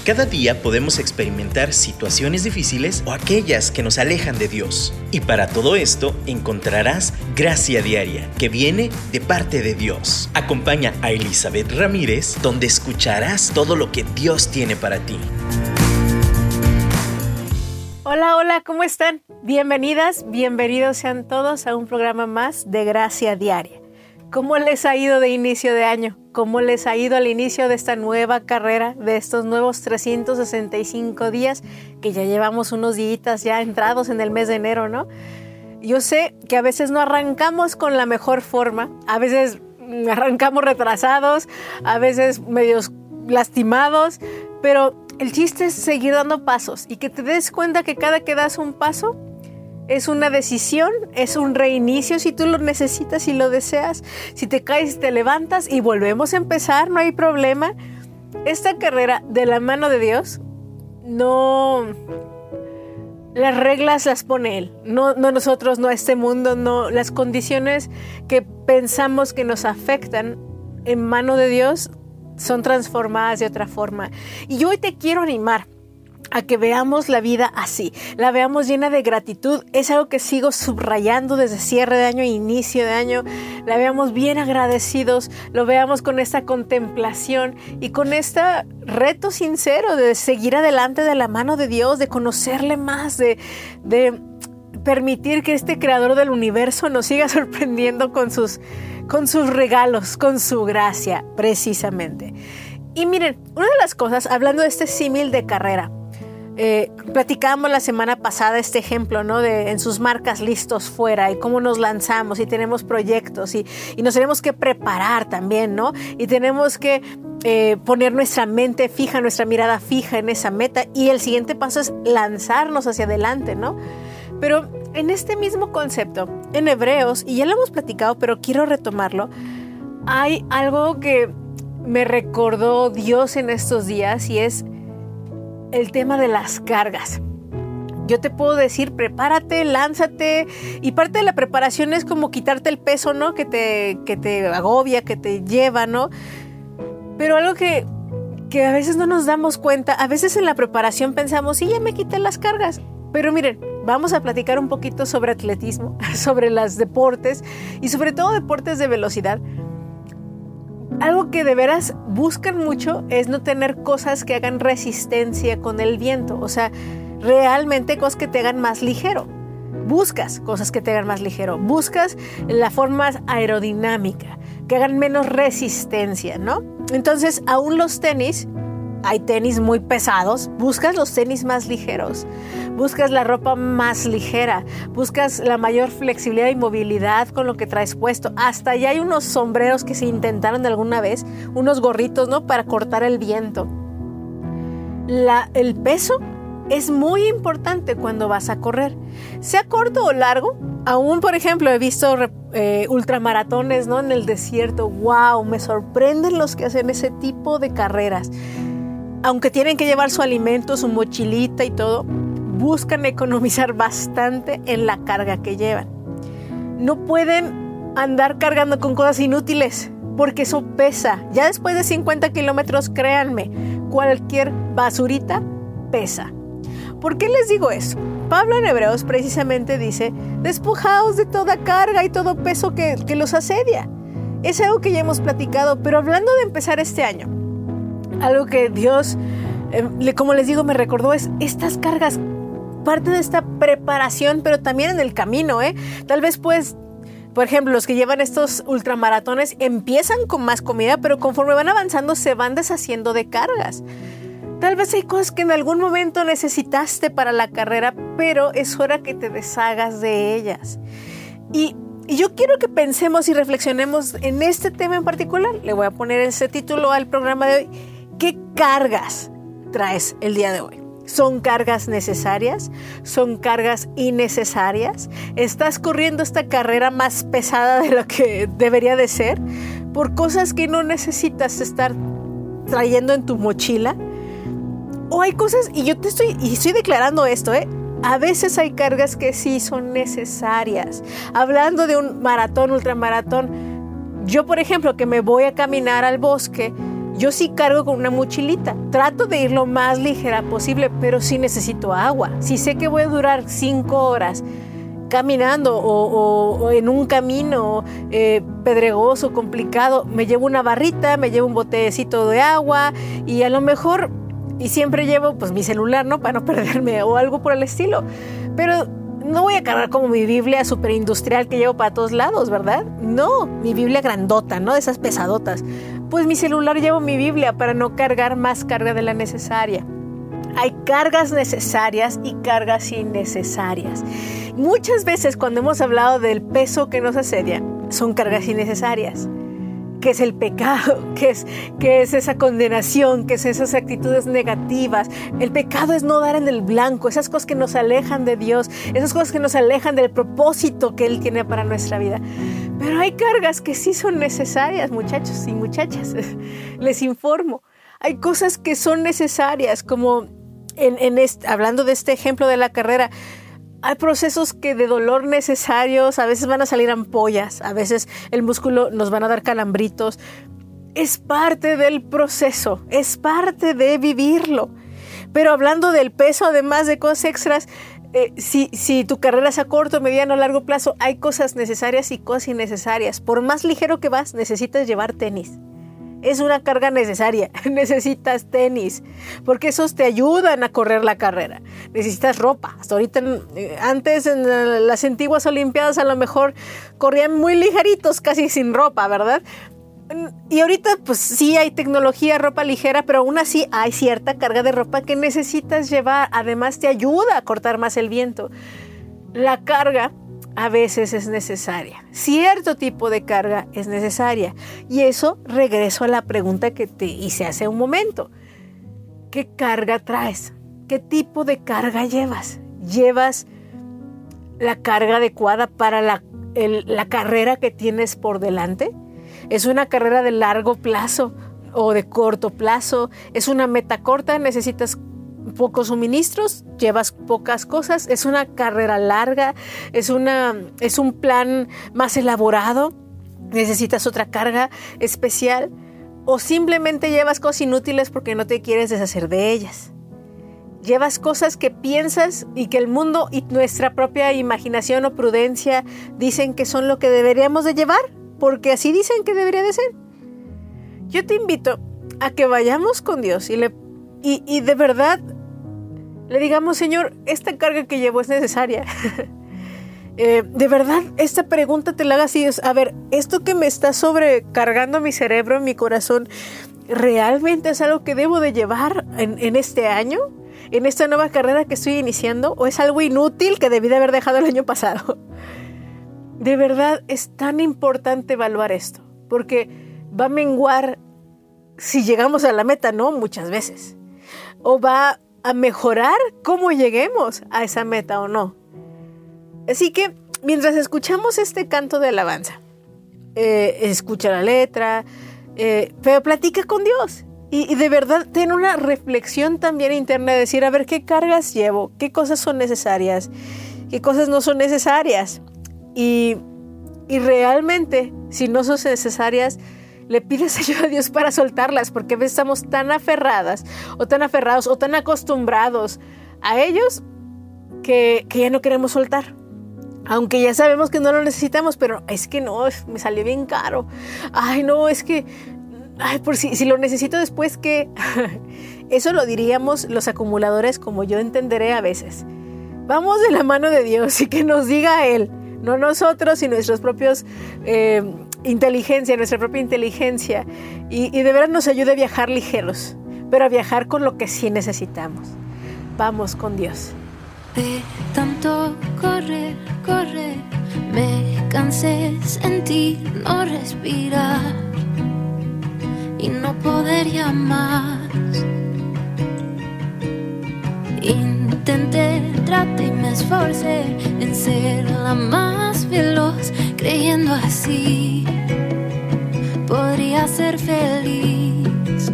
Cada día podemos experimentar situaciones difíciles o aquellas que nos alejan de Dios. Y para todo esto encontrarás gracia diaria que viene de parte de Dios. Acompaña a Elizabeth Ramírez, donde escucharás todo lo que Dios tiene para ti. Hola, ¿cómo están? Bienvenidas, bienvenidos sean todos a un programa más de Gracia Diaria. ¿Cómo les ha ido de inicio de año? ¿Cómo les ha ido al inicio de esta nueva carrera, de estos nuevos 365 días que ya llevamos unos días ya entrados en el mes de enero, ¿no? Yo sé que a veces no arrancamos con la mejor forma, a veces arrancamos retrasados, a veces medios lastimados, pero el chiste es seguir dando pasos y que te des cuenta que cada que das un paso es una decisión, es un reinicio si tú lo necesitas y lo deseas. Si te caes, te levantas y volvemos a empezar, no hay problema. Esta carrera de la mano de Dios, no, las reglas las pone Él, no nosotros, no este mundo, no las condiciones que pensamos que nos afectan en mano de Dios son transformadas de otra forma. Y yo hoy te quiero animar a que veamos la vida así, la veamos llena de gratitud. Es algo que sigo subrayando desde cierre de año e inicio de año. La veamos bien agradecidos, lo veamos con esta contemplación y con este reto sincero de seguir adelante de la mano de Dios, de conocerle más, de permitir que este creador del universo nos siga sorprendiendo con sus regalos, con su gracia, precisamente. Y miren, una de las cosas, hablando de este símil de carrera, platicábamos la semana pasada este ejemplo, ¿no? De en sus marcas listos fuera y cómo nos lanzamos y tenemos proyectos y nos tenemos que preparar también, ¿no? Y tenemos que poner nuestra mente fija, nuestra mirada fija en esa meta y el siguiente paso es lanzarnos hacia adelante, ¿no? Pero en este mismo concepto, en Hebreos, y ya lo hemos platicado, pero quiero retomarlo, hay algo que me recordó Dios en estos días y es el tema de las cargas. Yo te puedo decir, prepárate, lánzate, y parte de la preparación es como quitarte el peso, ¿no? Que te agobia, que te lleva, ¿no? Pero algo que a veces no nos damos cuenta, a veces en la preparación pensamos, sí, ya me quité las cargas. Pero miren, vamos a platicar un poquito sobre atletismo, sobre los deportes y sobre todo deportes de velocidad. Algo que de veras buscan mucho es no tener cosas que hagan resistencia con el viento. O sea, realmente cosas que te hagan más ligero. Buscas cosas que te hagan más ligero. Buscas la forma aerodinámica, que hagan menos resistencia, ¿no? Entonces, aún los tenis, hay tenis muy pesados, buscas los tenis más ligeros, buscas la ropa más ligera, buscas la mayor flexibilidad y movilidad con lo que traes puesto. Hasta ya hay unos sombreros que se intentaron alguna vez, unos gorritos, ¿no? Para cortar el viento. El peso es muy importante cuando vas a correr, sea corto o largo. Aún, por ejemplo, he visto ultramaratones, ¿no? En el desierto. ¡Wow! Me sorprenden los que hacen ese tipo de carreras. Aunque tienen que llevar su alimento, su mochilita y todo, buscan economizar bastante en la carga que llevan. No pueden andar cargando con cosas inútiles, porque eso pesa. Ya después de 50 kilómetros, créanme, cualquier basurita pesa. ¿Por qué les digo eso? Pablo en Hebreos precisamente dice, despojaos de toda carga y todo peso que los asedia. Es algo que ya hemos platicado, pero hablando de empezar este año, algo que Dios, como les digo, me recordó es estas cargas, parte de esta preparación, pero también en el camino, Tal vez pues, por ejemplo, los que llevan estos ultramaratones empiezan con más comida, pero conforme van avanzando se van deshaciendo de cargas. Tal vez hay cosas que en algún momento necesitaste para la carrera, pero es hora que te deshagas de ellas. Y yo quiero que pensemos y reflexionemos en este tema en particular. Le voy a poner ese título al programa de hoy. ¿Qué cargas traes el día de hoy? ¿Son cargas necesarias? ¿Son cargas innecesarias? ¿Estás corriendo esta carrera más pesada de lo que debería de ser por cosas que no necesitas estar trayendo en tu mochila? O hay cosas, y estoy declarando esto, a veces hay cargas que sí son necesarias. Hablando de un maratón, ultramaratón, yo por ejemplo que me voy a caminar al bosque, Yo sí cargo con una mochilita. Trato de ir lo más ligera posible, pero sí necesito agua. Si sé que voy a durar 5 horas caminando o en un camino pedregoso, complicado, me llevo una barrita, me llevo un botecito de agua y a lo mejor, y siempre llevo pues mi celular, ¿no? Para no perderme o algo por el estilo. Pero no voy a cargar como mi Biblia súper industrial que llevo para todos lados, ¿verdad? No, mi Biblia grandota, ¿no? De esas pesadotas. Pues mi celular llevo mi Biblia para no cargar más carga de la necesaria. Hay cargas necesarias y cargas innecesarias. Muchas veces cuando hemos hablado del peso que nos asedia, son cargas innecesarias. ¿Qué es el pecado? ¿Qué es esa condenación? ¿Qué es esas actitudes negativas? El pecado es no dar en el blanco, esas cosas que nos alejan de Dios, esas cosas que nos alejan del propósito que Él tiene para nuestra vida. Pero hay cargas que sí son necesarias, muchachos y muchachas. Les informo. Hay cosas que son necesarias, como hablando de este ejemplo de la carrera. Hay procesos que de dolor necesarios, a veces van a salir ampollas, a veces el músculo nos van a dar calambritos. Es parte del proceso, es parte de vivirlo. Pero hablando del peso, además de cosas extras, si tu carrera es a corto, mediano o largo plazo, hay cosas necesarias y cosas innecesarias. Por más ligero que vas, necesitas llevar tenis. Es una carga necesaria. Necesitas tenis, porque esos te ayudan a correr la carrera. Necesitas ropa. Hasta ahorita, antes en las antiguas Olimpiadas a lo mejor corrían muy ligeritos, casi sin ropa, ¿verdad? Y ahorita pues sí hay tecnología, ropa ligera, pero aún así hay cierta carga de ropa que necesitas llevar. Además te ayuda a cortar más el viento. La carga a veces es necesaria. Cierto tipo de carga es necesaria. Y eso regreso a la pregunta que te hice hace un momento. ¿Qué carga traes? ¿Qué tipo de carga llevas? ¿Llevas la carga adecuada para la carrera que tienes por delante? ¿Es una carrera de largo plazo o de corto plazo? ¿Es una meta corta? ¿Necesitas pocos suministros? ¿Llevas pocas cosas? ¿Es una carrera larga? ¿Es un plan más elaborado? ¿Necesitas otra carga especial? ¿O simplemente llevas cosas inútiles porque no te quieres deshacer de ellas? ¿Llevas cosas que piensas y que el mundo y nuestra propia imaginación o prudencia dicen que son lo que deberíamos de llevar? Porque así dicen que debería de ser. Yo te invito a que vayamos con Dios y de verdad le digamos: Señor, esta carga que llevo es necesaria. De verdad, esta pregunta te la hagas y a ver, esto que me está sobrecargando mi cerebro, mi corazón, ¿realmente es algo que debo de llevar en este año? ¿En esta nueva carrera que estoy iniciando? ¿O es algo inútil que debí de haber dejado el año pasado? De verdad es tan importante evaluar esto, porque va a menguar si llegamos a la meta, ¿no? Muchas veces. O va a mejorar cómo lleguemos a esa meta o no. Así que mientras escuchamos este canto de alabanza, escucha la letra, pero platica con Dios. Y de verdad ten una reflexión también interna de decir, a ver, ¿qué cargas llevo? ¿Qué cosas son necesarias? ¿Qué cosas no son necesarias? Y realmente, si no son necesarias, le pides ayuda a Dios para soltarlas, porque a veces estamos tan aferradas o tan aferrados o tan acostumbrados a ellos que ya no queremos soltar. Aunque ya sabemos que no lo necesitamos, pero es que no, me salió bien caro. Ay, no, es que, por si lo necesito después, ¿qué? Eso lo diríamos los acumuladores, como yo entenderé a veces. Vamos de la mano de Dios y que nos diga Él. No nosotros, sino nuestros propios inteligencia, nuestra propia inteligencia. Y de verdad nos ayude a viajar ligeros, pero a viajar con lo que sí necesitamos. Vamos con Dios. De tanto correr, me cansé, sentí no respirar y no poder llamar. Intenté, traté y me esforcé en ser la más veloz, creyendo así podría ser feliz.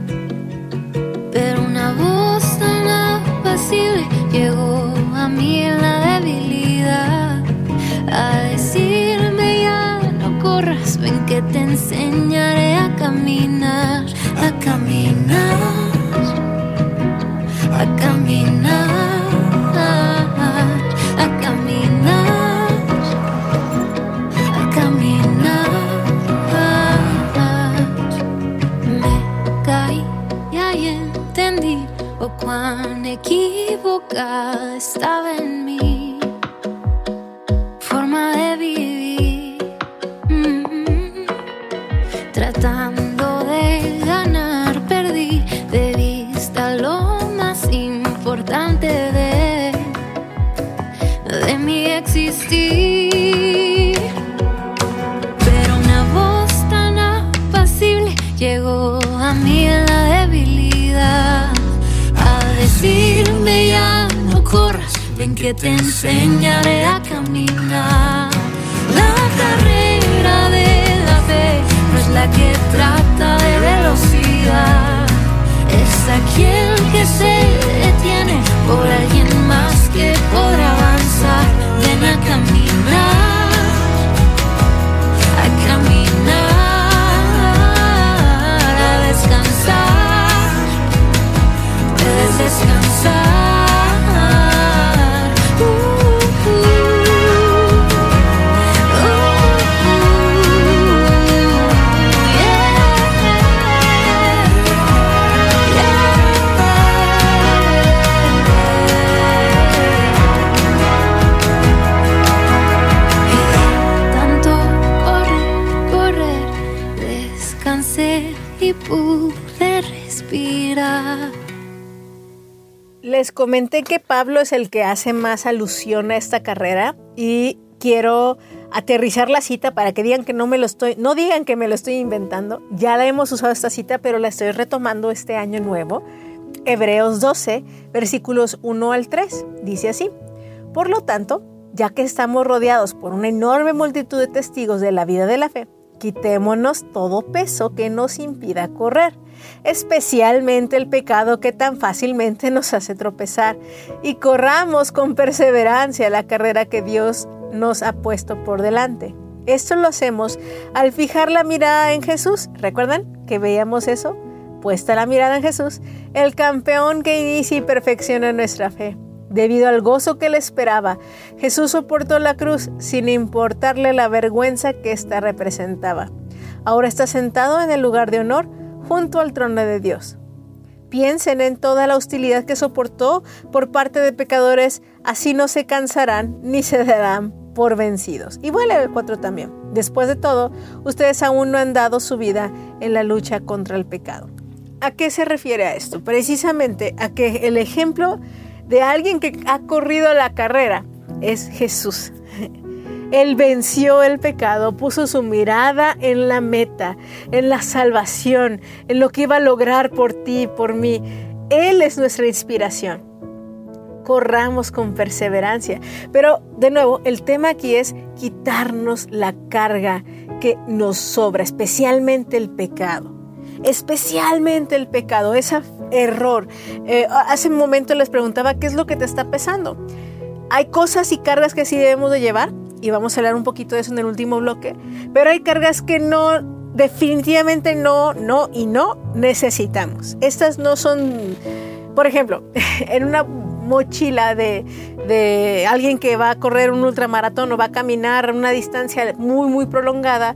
Pero una voz tan apacible llegó a mí en la debilidad, a decirme: ya no corras, ven que te enseñaré a caminar. a caminar, a caminar, a caminar, a caminar. Me caí y ahí entendí cuán equivocada estaba en mi forma de vivir, tratando de ganar, perdí de vista lo más importante de mi existir. Pero una voz tan apacible llegó a mí en la debilidad, decirme ya no corras, ven que te enseñaré a caminar. La carrera de la fe no es la que trata de velocidad, es aquel que se detiene por alguien más que podrá avanzar. Ven a caminar, a caminar, a descansar. Puedes descansar. Tanto correr, descansé y pude respirar. Les comenté que Pablo es el que hace más alusión a esta carrera y quiero aterrizar la cita para que digan que no digan que me lo estoy inventando. Ya la hemos usado esta cita, pero la estoy retomando este año nuevo. Hebreos 12, versículos 1 al 3, dice así: por lo tanto, ya que estamos rodeados por una enorme multitud de testigos de la vida de la fe, quitémonos todo peso que nos impida correr, especialmente el pecado que tan fácilmente nos hace tropezar, y corramos con perseverancia la carrera que Dios nos ha puesto por delante. Esto lo hacemos al fijar la mirada en Jesús. ¿Recuerdan que veíamos eso? Puesta la mirada en Jesús, el campeón que inicia y perfecciona nuestra fe. Debido al gozo que le esperaba, Jesús soportó la cruz sin importarle la vergüenza que ésta representaba. Ahora está sentado en el lugar de honor junto al trono de Dios. Piensen en toda la hostilidad que soportó por parte de pecadores, así no se cansarán ni se darán por vencidos. Y voy a leer el 4 también. Después de todo, ustedes aún no han dado su vida en la lucha contra el pecado. ¿A qué se refiere a esto? Precisamente a que el ejemplo de alguien que ha corrido la carrera es Jesús. Él venció el pecado, puso su mirada en la meta, en la salvación, en lo que iba a lograr por ti y por mí. Él es nuestra inspiración. Corramos con perseverancia. Pero, de nuevo, el tema aquí es quitarnos la carga que nos sobra, especialmente el pecado. Especialmente el pecado, ese error. Hace un momento les preguntaba qué es lo que te está pesando. Hay cosas y cargas que sí debemos de llevar, y vamos a hablar un poquito de eso en el último bloque, pero hay cargas que no, definitivamente no necesitamos. Estas no son, por ejemplo, en una mochila de alguien que va a correr un ultramaratón o va a caminar una distancia muy, muy prolongada,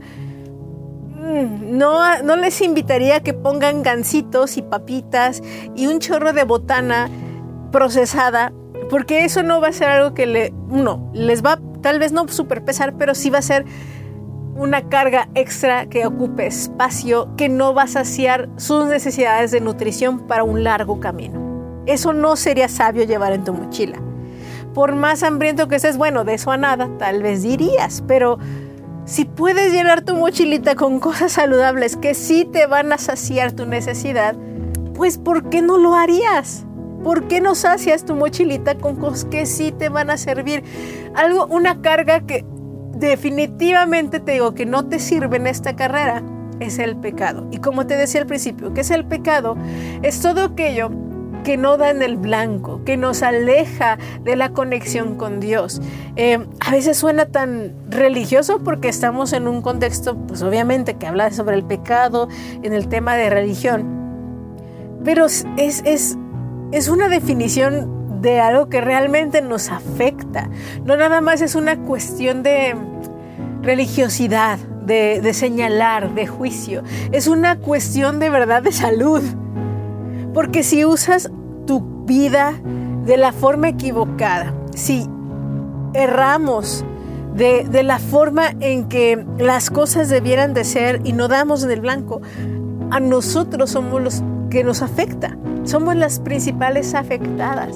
no les invitaría a que pongan gancitos y papitas y un chorro de botana procesada, porque eso no va a ser algo que les va tal vez no super pesar, pero sí va a ser una carga extra que ocupe espacio, que no va a saciar sus necesidades de nutrición para un largo camino. Eso no sería sabio llevar en tu mochila. Por más hambriento que estés, bueno, de eso a nada, tal vez dirías, pero si puedes llenar tu mochilita con cosas saludables que sí te van a saciar tu necesidad, pues ¿por qué no lo harías? ¿Por qué no sacias tu mochilita con cosas que sí te van a servir? Una carga que definitivamente te digo que no te sirve en esta carrera es el pecado. Y como te decía al principio, ¿qué es el pecado? Es todo aquello que no da en el blanco, que nos aleja de la conexión con Dios. A veces suena tan religioso porque estamos en un contexto, pues obviamente, que habla sobre el pecado en el tema de religión, pero es una definición de algo que realmente nos afecta. No nada más es una cuestión de religiosidad, de señalar, de juicio. Es una cuestión de verdad de salud. Porque si usas tu vida de la forma equivocada, si erramos de la forma en que las cosas debieran de ser y no damos en el blanco, a nosotros somos los que nos afecta. Somos las principales afectadas.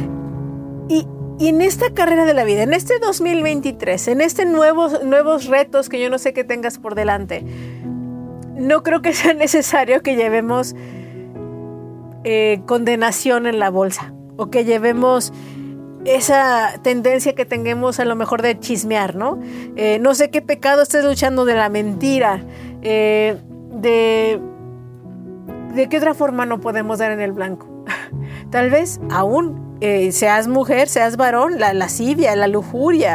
Y en esta carrera de la vida, en este 2023, en este nuevos retos que yo no sé qué tengas por delante, no creo que sea necesario que llevemos condenación en la bolsa o que llevemos esa tendencia que tengamos a lo mejor de chismear, ¿no? No sé qué pecado estés luchando, de la mentira, de qué otra forma no podemos dar en el blanco. Tal vez aún seas mujer, seas varón, la lascivia, la lujuria,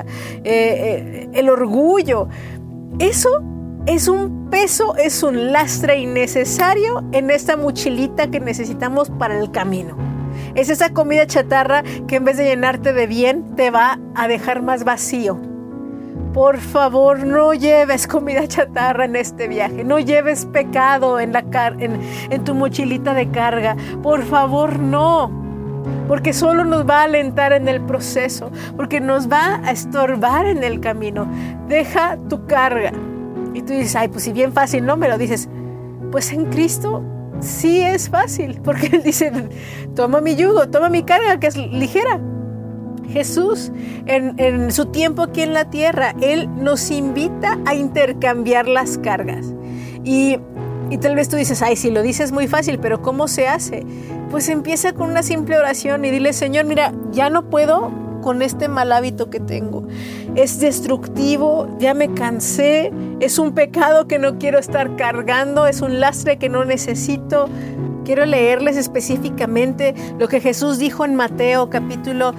el orgullo. Eso es un peso, es un lastre innecesario en esta mochilita que necesitamos para el camino. Es esa comida chatarra que en vez de llenarte de bien, te va a dejar más vacío. Por favor, no lleves comida chatarra en este viaje. No lleves pecado en tu mochilita de carga. Por favor, no. Porque solo nos va a alentar en el proceso. Porque nos va a estorbar en el camino. Deja tu carga. Y tú dices, ay, pues si bien fácil, ¿no? Me lo dices. Pues en Cristo sí es fácil. Porque Él dice, toma mi yugo, toma mi carga que es ligera. Jesús, en su tiempo aquí en la tierra, Él nos invita a intercambiar las cargas. Y tal vez tú dices, ay, si lo dices muy fácil, pero ¿cómo se hace? Pues empieza con una simple oración y dile, Señor, mira, ya no puedo con este mal hábito que tengo. Es destructivo, ya me cansé, es un pecado que no quiero estar cargando, es un lastre que no necesito. Quiero leerles específicamente lo que Jesús dijo en Mateo capítulo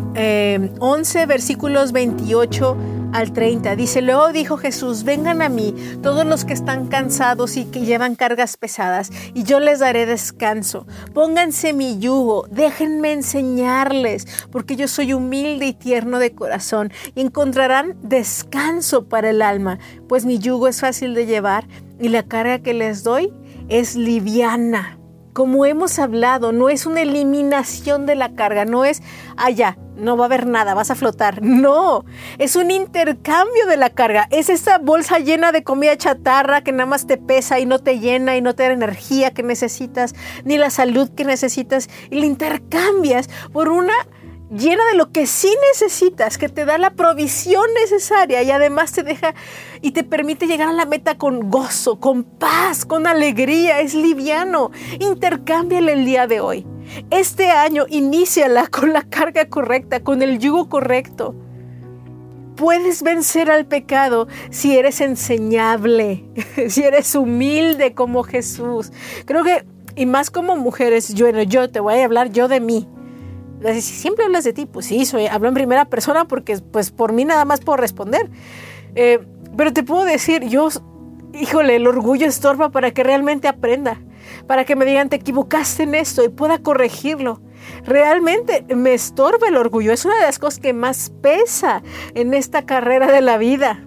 11, versículos 28 al 30. Dice, luego dijo Jesús, vengan a mí todos los que están cansados y que llevan cargas pesadas, y yo les daré descanso. Pónganse mi yugo, déjenme enseñarles, porque yo soy humilde y tierno de corazón, y encontrarán descanso para el alma, pues mi yugo es fácil de llevar y la carga que les doy es liviana. Como hemos hablado, no es una eliminación de la carga, no es, ya, no va a haber nada, vas a flotar. No, es un intercambio de la carga. Es esa bolsa llena de comida chatarra que nada más te pesa y no te llena y no te da la energía que necesitas, ni la salud que necesitas, y la intercambias por una llena de lo que sí necesitas, que te da la provisión necesaria y además te deja y te permite llegar a la meta con gozo, con paz, con alegría. Es liviano. Intercámbiale el día de hoy. Este año iníciala con la carga correcta, con el yugo correcto. Puedes vencer al pecado si eres enseñable, si eres humilde como Jesús. Creo que, y más como mujeres, yo te voy a hablar yo de mí. Si siempre hablas de ti, pues sí, hablo en primera persona porque pues por mí nada más puedo responder. Pero te puedo decir, híjole, el orgullo estorba para que realmente aprenda, para que me digan, te equivocaste en esto y pueda corregirlo. Realmente me estorba el orgullo, es una de las cosas que más pesa en esta carrera de la vida.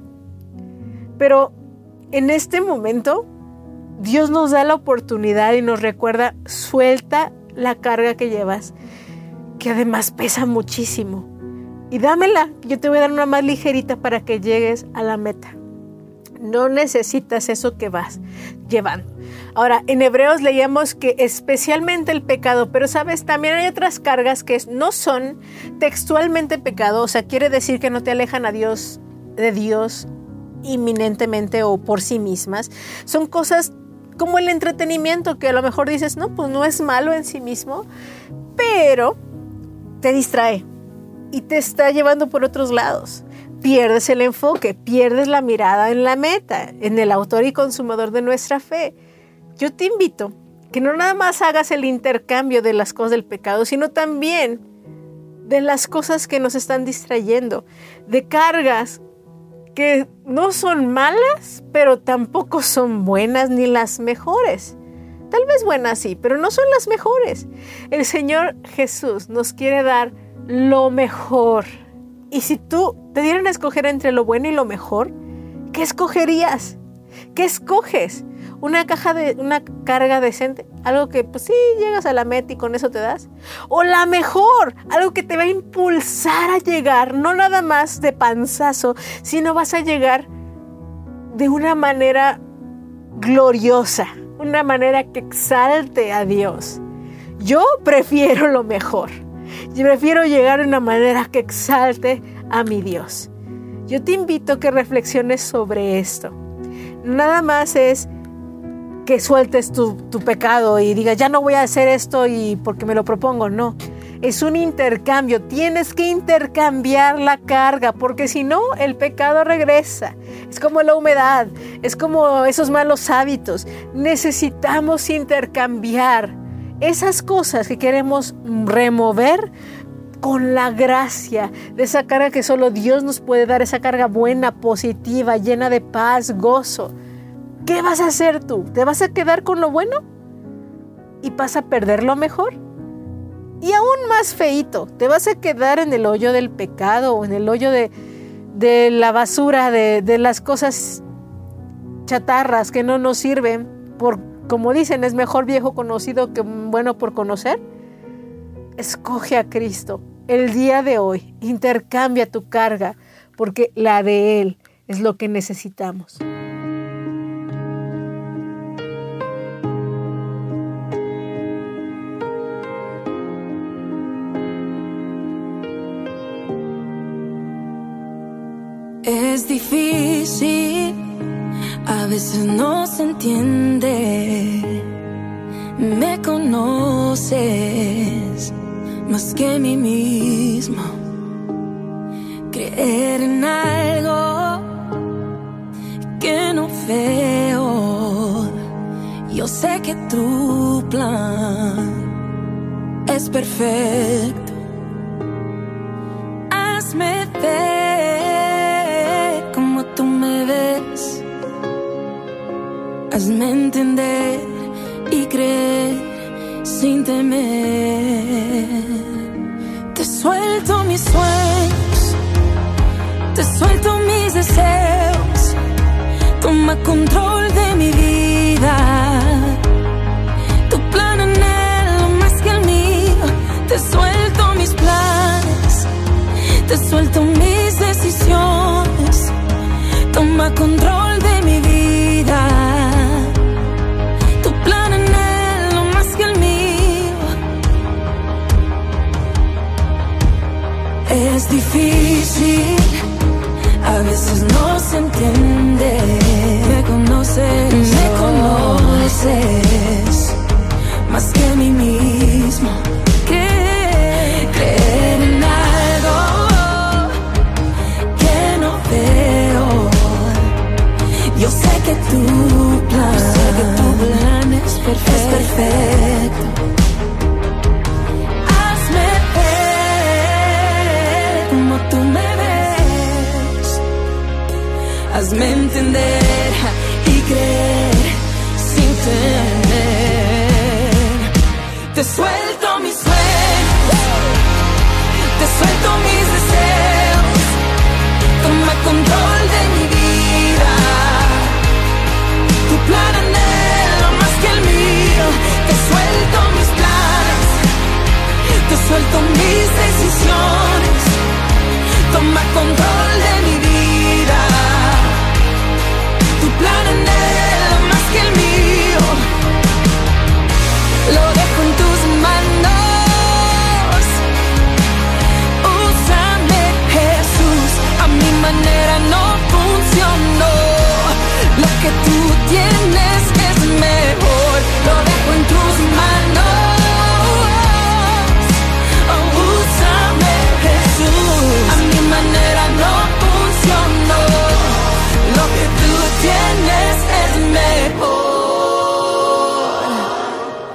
Pero en este momento, Dios nos da la oportunidad y nos recuerda, suelta la carga que llevas, que además pesa muchísimo, y dámela, yo te voy a dar una más ligerita para que llegues a la meta. No necesitas eso que vas llevando. Ahora, en Hebreos leíamos que especialmente el pecado, pero sabes, también hay otras cargas que no son textualmente pecado, o sea, quiere decir que no te alejan de Dios inminentemente o por sí mismas. Son cosas como el entretenimiento, que a lo mejor dices, no, pues no es malo en sí mismo, pero te distrae y te está llevando por otros lados. Pierdes el enfoque, pierdes la mirada en la meta, en el autor y consumador de nuestra fe. Yo te invito Que no nada más hagas el intercambio de las cosas del pecado, sino también de las cosas que nos están distrayendo, de cargas que no son malas, pero tampoco son buenas ni las mejores. Tal vez buenas sí, pero no son las mejores. El Señor Jesús nos quiere dar lo mejor. Y si tú te dieran a escoger entre lo bueno y lo mejor, ¿qué escogerías? ¿Qué escoges? ¿Una carga decente? Algo que pues sí, llegas a la meta y con eso te das. O la mejor, algo que te va a impulsar a llegar, no nada más de panzazo, sino vas a llegar de una manera gloriosa, una manera que exalte a Dios. Yo prefiero lo mejor. Yo prefiero llegar de una manera que exalte a mi Dios. Yo te invito a que reflexiones sobre esto. Nada más es que sueltes tu pecado y digas, ya no voy a hacer esto y porque me lo propongo. No, es un intercambio. Tienes que intercambiar la carga, porque si no, el pecado regresa. Es como la humedad, es como esos malos hábitos. Necesitamos intercambiar esas cosas que queremos remover con la gracia de esa carga que solo Dios nos puede dar, esa carga buena, positiva, llena de paz, gozo. ¿Qué vas a hacer tú? ¿Te vas a quedar con lo bueno y vas a perder lo mejor? Y aún más feíto, ¿te vas a quedar en el hoyo del pecado o en el hoyo de la basura, de las cosas chatarras que no nos sirven? Como dicen, es mejor viejo conocido que bueno por conocer. Escoge a Cristo el día de hoy. Intercambia tu carga, porque la de Él es lo que necesitamos. Es difícil, a veces no se entiende. Me conoces más que a mí mismo. Creer en algo que no veo. Yo sé que tu plan es perfecto. Hazme ver como tú me ves. Hazme entender y creer sin temer. Te suelto mis sueños, te suelto mis deseos. Toma control de mi vida. Tu plan anhelo más que el mío. Te suelto mis planes, te suelto mis decisiones. Toma control de mi vida. Tu plan anhelo más que el mío. Es difícil, a veces no se entiende. Me conoces más que a mí mismo. Creer en algo que no veo. Yo sé que tu plan es perfecto. Hazme ver como tú me ves. Hazme entender y creer sin temer. Te suelto mis sueños, te suelto mis deseos. Toma control de mi vida. Tu plan anhelo más que el mío. Te suelto mis planes, te suelto mis decisiones. Toma control de mi vida. Tu plan anhelo más que el mío. Lo dejo en tus manos. Úsame, Jesús. A mi manera no funcionó. Lo que tú tienes es mejor. Lo dejo en tus manos. Oh, úsame, Jesús. A mi manera no funcionó. Lo que tú tienes es mejor.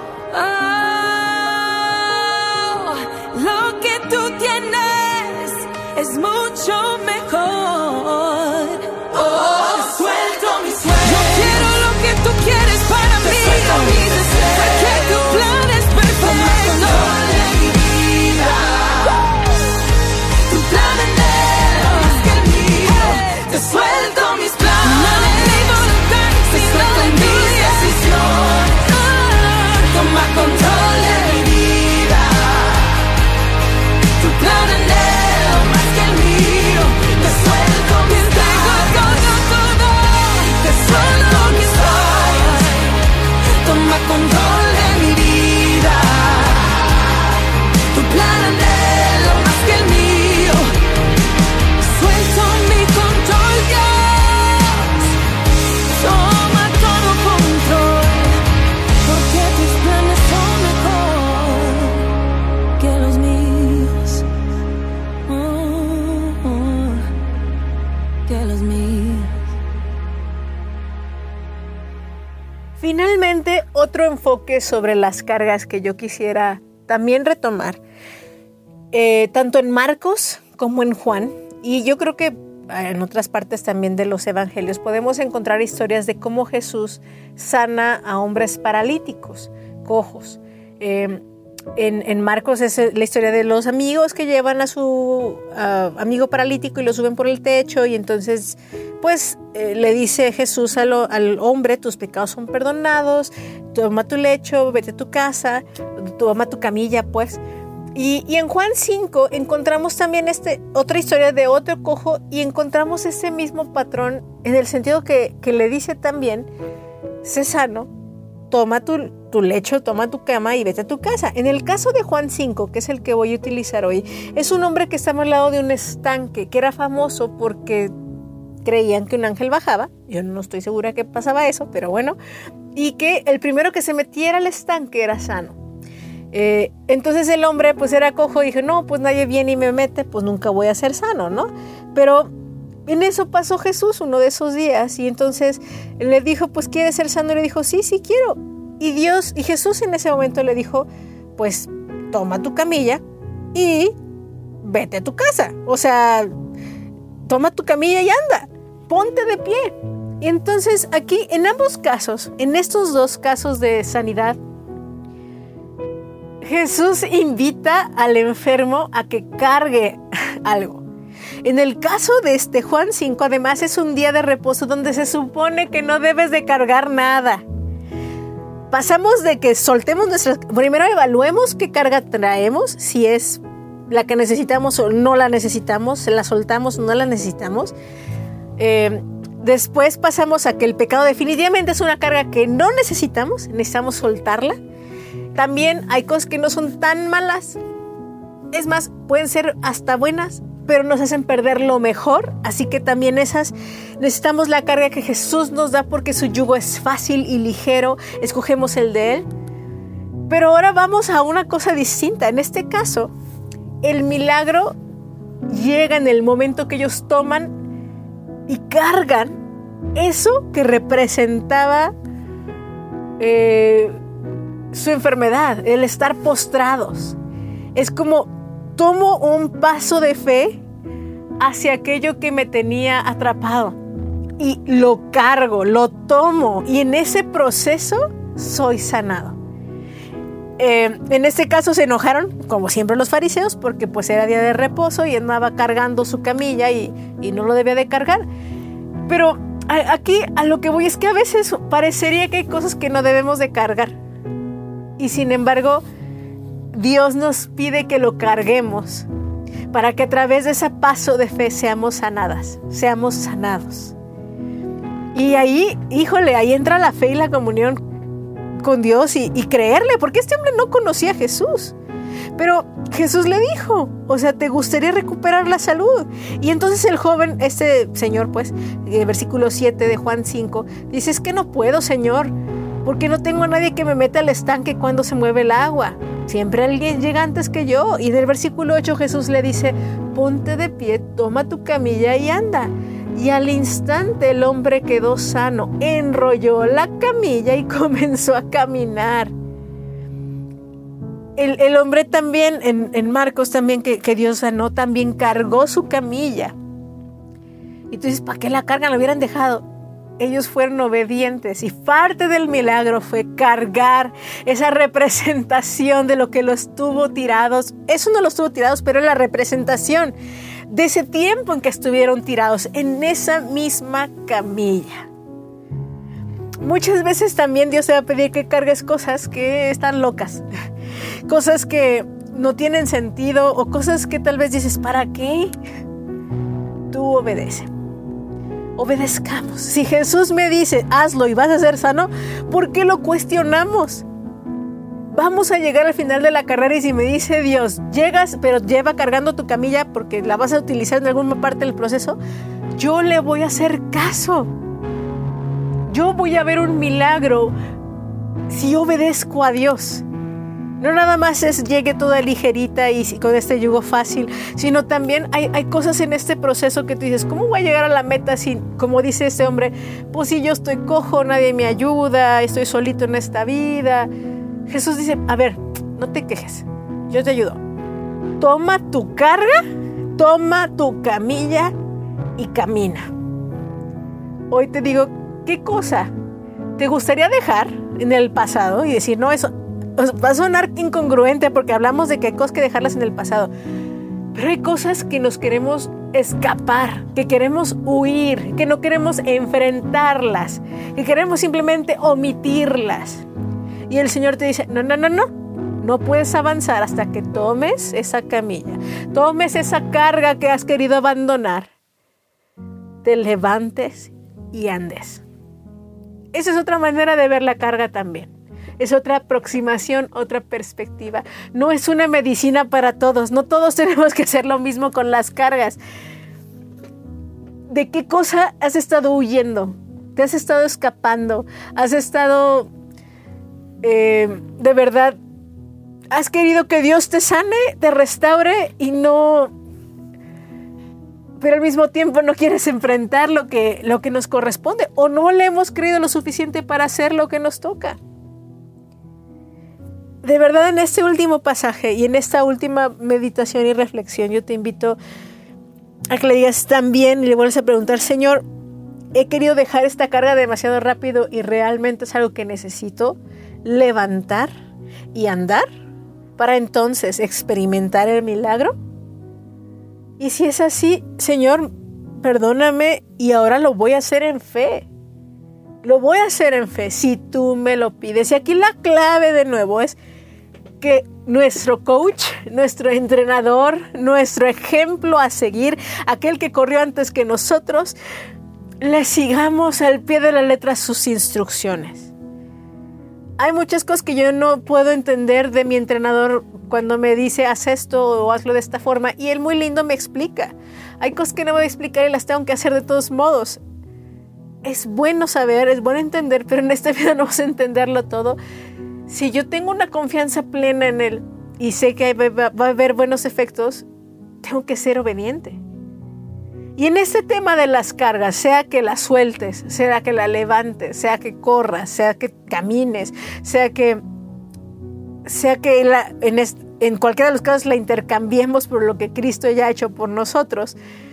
que los míos. Finalmente, otro enfoque sobre las cargas que yo quisiera también retomar, tanto en Marcos como en Juan, y yo creo que en otras partes también de los evangelios podemos encontrar historias de cómo Jesús sana a hombres paralíticos, cojos. En Marcos es la historia de los amigos que llevan a su amigo paralítico y lo suben por el techo, y entonces pues le dice Jesús al hombre: tus pecados son perdonados, toma tu lecho, vete a tu casa, toma tu camilla pues. Y en Juan 5 encontramos también otra historia de otro cojo, y encontramos ese mismo patrón en el sentido que le dice también: sé sano, toma tu lecho, toma tu cama y vete a tu casa. En el caso de Juan 5, que es el que voy a utilizar hoy, es un hombre que estaba al lado de un estanque, que era famoso porque creían que un ángel bajaba. Yo no estoy segura que pasaba eso, pero bueno. Y que el primero que se metiera al estanque era sano. Entonces el hombre pues era cojo y dijo: no, pues nadie viene y me mete, pues nunca voy a ser sano, ¿no? Pero en eso pasó Jesús uno de esos días, y entonces le dijo: pues ¿quieres ser sano? Y le dijo: sí quiero. Y Jesús en ese momento le dijo: pues toma tu camilla y vete a tu casa. O sea, toma tu camilla y anda, ponte de pie. Y entonces aquí, en ambos casos, en estos dos casos de sanidad, Jesús invita al enfermo a que cargue algo. En el caso de Juan 5, además, es un día de reposo donde se supone que no debes de cargar nada. Pasamos de que soltemos primero evaluemos qué carga traemos, si es la que necesitamos o no la necesitamos, la soltamos o no la necesitamos. Después pasamos a que el pecado definitivamente es una carga que no necesitamos soltarla. También hay cosas que no son tan malas, es más, pueden ser hasta buenas, pero nos hacen perder lo mejor. Así que también esas necesitamos la carga que Jesús nos da, porque su yugo es fácil y ligero. Escogemos el de Él. Pero ahora vamos a una cosa distinta. En este caso, el milagro llega en el momento que ellos toman y cargan eso que representaba su enfermedad, el estar postrados. Es como tomo un paso de fe hacia aquello que me tenía atrapado y lo cargo, lo tomo, y en ese proceso soy sanado. En este caso se enojaron, como siempre, los fariseos, porque pues era día de reposo y andaba cargando su camilla y no lo debía de cargar. Pero aquí a lo que voy es que a veces parecería que hay cosas que no debemos de cargar, y sin embargo Dios nos pide que lo carguemos para que a través de ese paso de fe seamos sanados. Y ahí, ahí entra la fe y la comunión con Dios y creerle, porque este hombre no conocía a Jesús. Pero Jesús le dijo, o sea, ¿te gustaría recuperar la salud? Y entonces el joven, este señor, pues, versículo 7 de Juan 5, dice: es que no puedo, Señor, porque no tengo a nadie que me meta al estanque cuando se mueve el agua. Siempre alguien llega antes que yo. Y del versículo 8 Jesús le dice: ponte de pie, toma tu camilla y anda. Y al instante el hombre quedó sano, enrolló la camilla y comenzó a caminar. El hombre también, en Marcos también, que Dios sanó, también cargó su camilla. Y tú dices: ¿para qué la cargan? La hubieran dejado. Ellos fueron obedientes, y parte del milagro fue cargar esa representación de lo que los tuvo tirados. Eso no los tuvo tirados, pero es la representación de ese tiempo en que estuvieron tirados en esa misma camilla. Muchas veces también Dios te va a pedir que cargues cosas que están locas, cosas que no tienen sentido, o cosas que tal vez dices: ¿para qué? Tú obedece. Obedezcamos. Si Jesús me dice: hazlo y vas a ser sano, ¿por qué lo cuestionamos? Vamos a llegar al final de la carrera, y si me dice Dios: llegas, pero lleva cargando tu camilla porque la vas a utilizar en alguna parte del proceso, yo le voy a hacer caso. Yo voy a ver un milagro si obedezco a Dios. No nada más llegue toda ligerita y con este yugo fácil, sino también hay cosas en este proceso que tú dices, ¿cómo voy a llegar a la meta si, como dice este hombre, pues si yo estoy cojo, nadie me ayuda, estoy solito en esta vida? Jesús dice, a ver, no te quejes, yo te ayudo. Toma tu carga, toma tu camilla y camina. Hoy te digo, ¿qué cosa te gustaría dejar en el pasado y decir, no, eso va a sonar incongruente porque hablamos de que hay cosas que dejarlas en el pasado, pero hay cosas que nos queremos escapar, que queremos huir, que no queremos enfrentarlas, que queremos simplemente omitirlas. Y el Señor te dice, no puedes avanzar hasta que tomes esa camilla, tomes esa carga que has querido abandonar, te levantes y andes. Esa es otra manera de ver la carga también. Es otra aproximación, otra perspectiva. No es una medicina para todos. No todos tenemos que hacer lo mismo con las cargas. ¿De qué cosa has estado huyendo? ¿Te has estado escapando? ¿Has estado, de verdad, has querido que Dios te sane, te restaure y no, pero al mismo tiempo no quieres enfrentar lo que nos corresponde o no le hemos creído lo suficiente para hacer lo que nos toca? De verdad, en este último pasaje y en esta última meditación y reflexión, yo te invito a que le digas también y le vuelvas a preguntar, Señor, he querido dejar esta carga demasiado rápido y realmente es algo que necesito levantar y andar para entonces experimentar el milagro. Y si es así, Señor, perdóname y ahora lo voy a hacer en fe. Lo voy a hacer en fe si tú me lo pides. Y aquí la clave de nuevo es que nuestro coach, nuestro entrenador, nuestro ejemplo a seguir, aquel que corrió antes que nosotros, le sigamos al pie de la letra sus instrucciones. Hay muchas cosas que yo no puedo entender de mi entrenador cuando me dice haz esto o hazlo de esta forma y él muy lindo me explica. Hay cosas que no voy a explicar y las tengo que hacer de todos modos. Es bueno saber, es bueno entender, pero en esta vida no vamos a entenderlo todo. Si yo tengo una confianza plena en Él y sé que va a haber buenos efectos, tengo que ser obediente. Y en este tema de las cargas, sea que las sueltes, sea que la levantes, sea que corras, sea que camines, sea que en cualquiera de los casos la intercambiemos por lo que Cristo ya ha hecho por nosotros,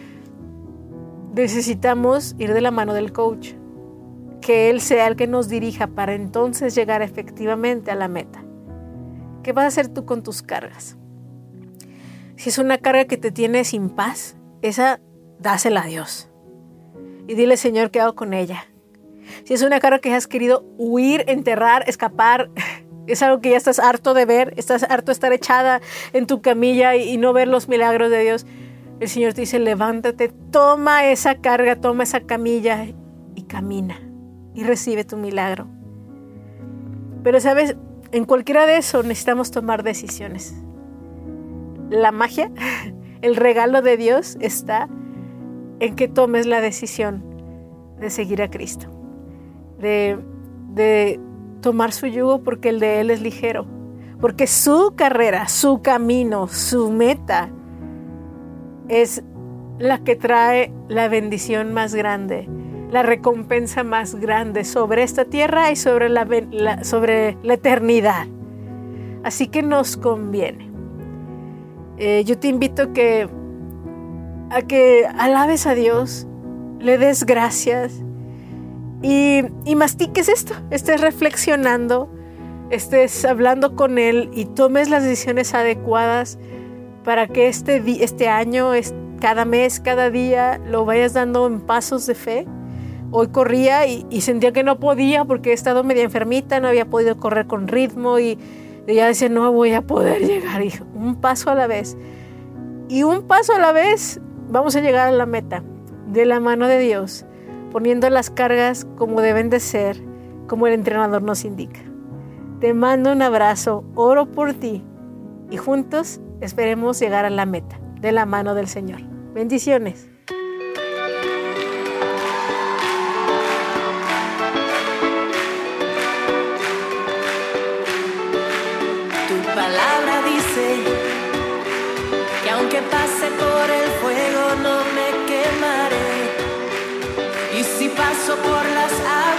necesitamos ir de la mano del coach, que Él sea el que nos dirija para entonces llegar efectivamente a la meta. ¿Qué vas a hacer tú con tus cargas? Si es una carga que te tiene sin paz, esa dásela a Dios y dile, Señor, ¿qué hago con ella? Si es una carga que has querido huir, enterrar, escapar, es algo que ya estás harto de ver, estás harto de estar echada en tu camilla y no ver los milagros de Dios, el Señor te dice, levántate, toma esa carga, toma esa camilla y camina y recibe tu milagro. Pero sabes, en cualquiera de eso necesitamos tomar decisiones. La magia, el regalo de Dios está en que tomes la decisión de seguir a Cristo, de tomar su yugo porque el de Él es ligero, porque su carrera, su camino, su meta es la que trae la bendición más grande, la recompensa más grande sobre esta tierra y sobre la eternidad. Así que nos conviene. Yo te invito a que alabes a Dios, le des gracias y mastiques esto, estés reflexionando, estés hablando con Él y tomes las decisiones adecuadas para que este año, cada mes, cada día, lo vayas dando en pasos de fe. Hoy corría y sentía que no podía porque he estado media enfermita, no había podido correr con ritmo y ya decía, no voy a poder llegar. Y un paso a la vez. Y un paso a la vez vamos a llegar a la meta, de la mano de Dios, poniendo las cargas como deben de ser, como el entrenador nos indica. Te mando un abrazo, oro por ti y juntos esperemos llegar a la meta, de la mano del Señor. Bendiciones. Tu Y si paso por las aguas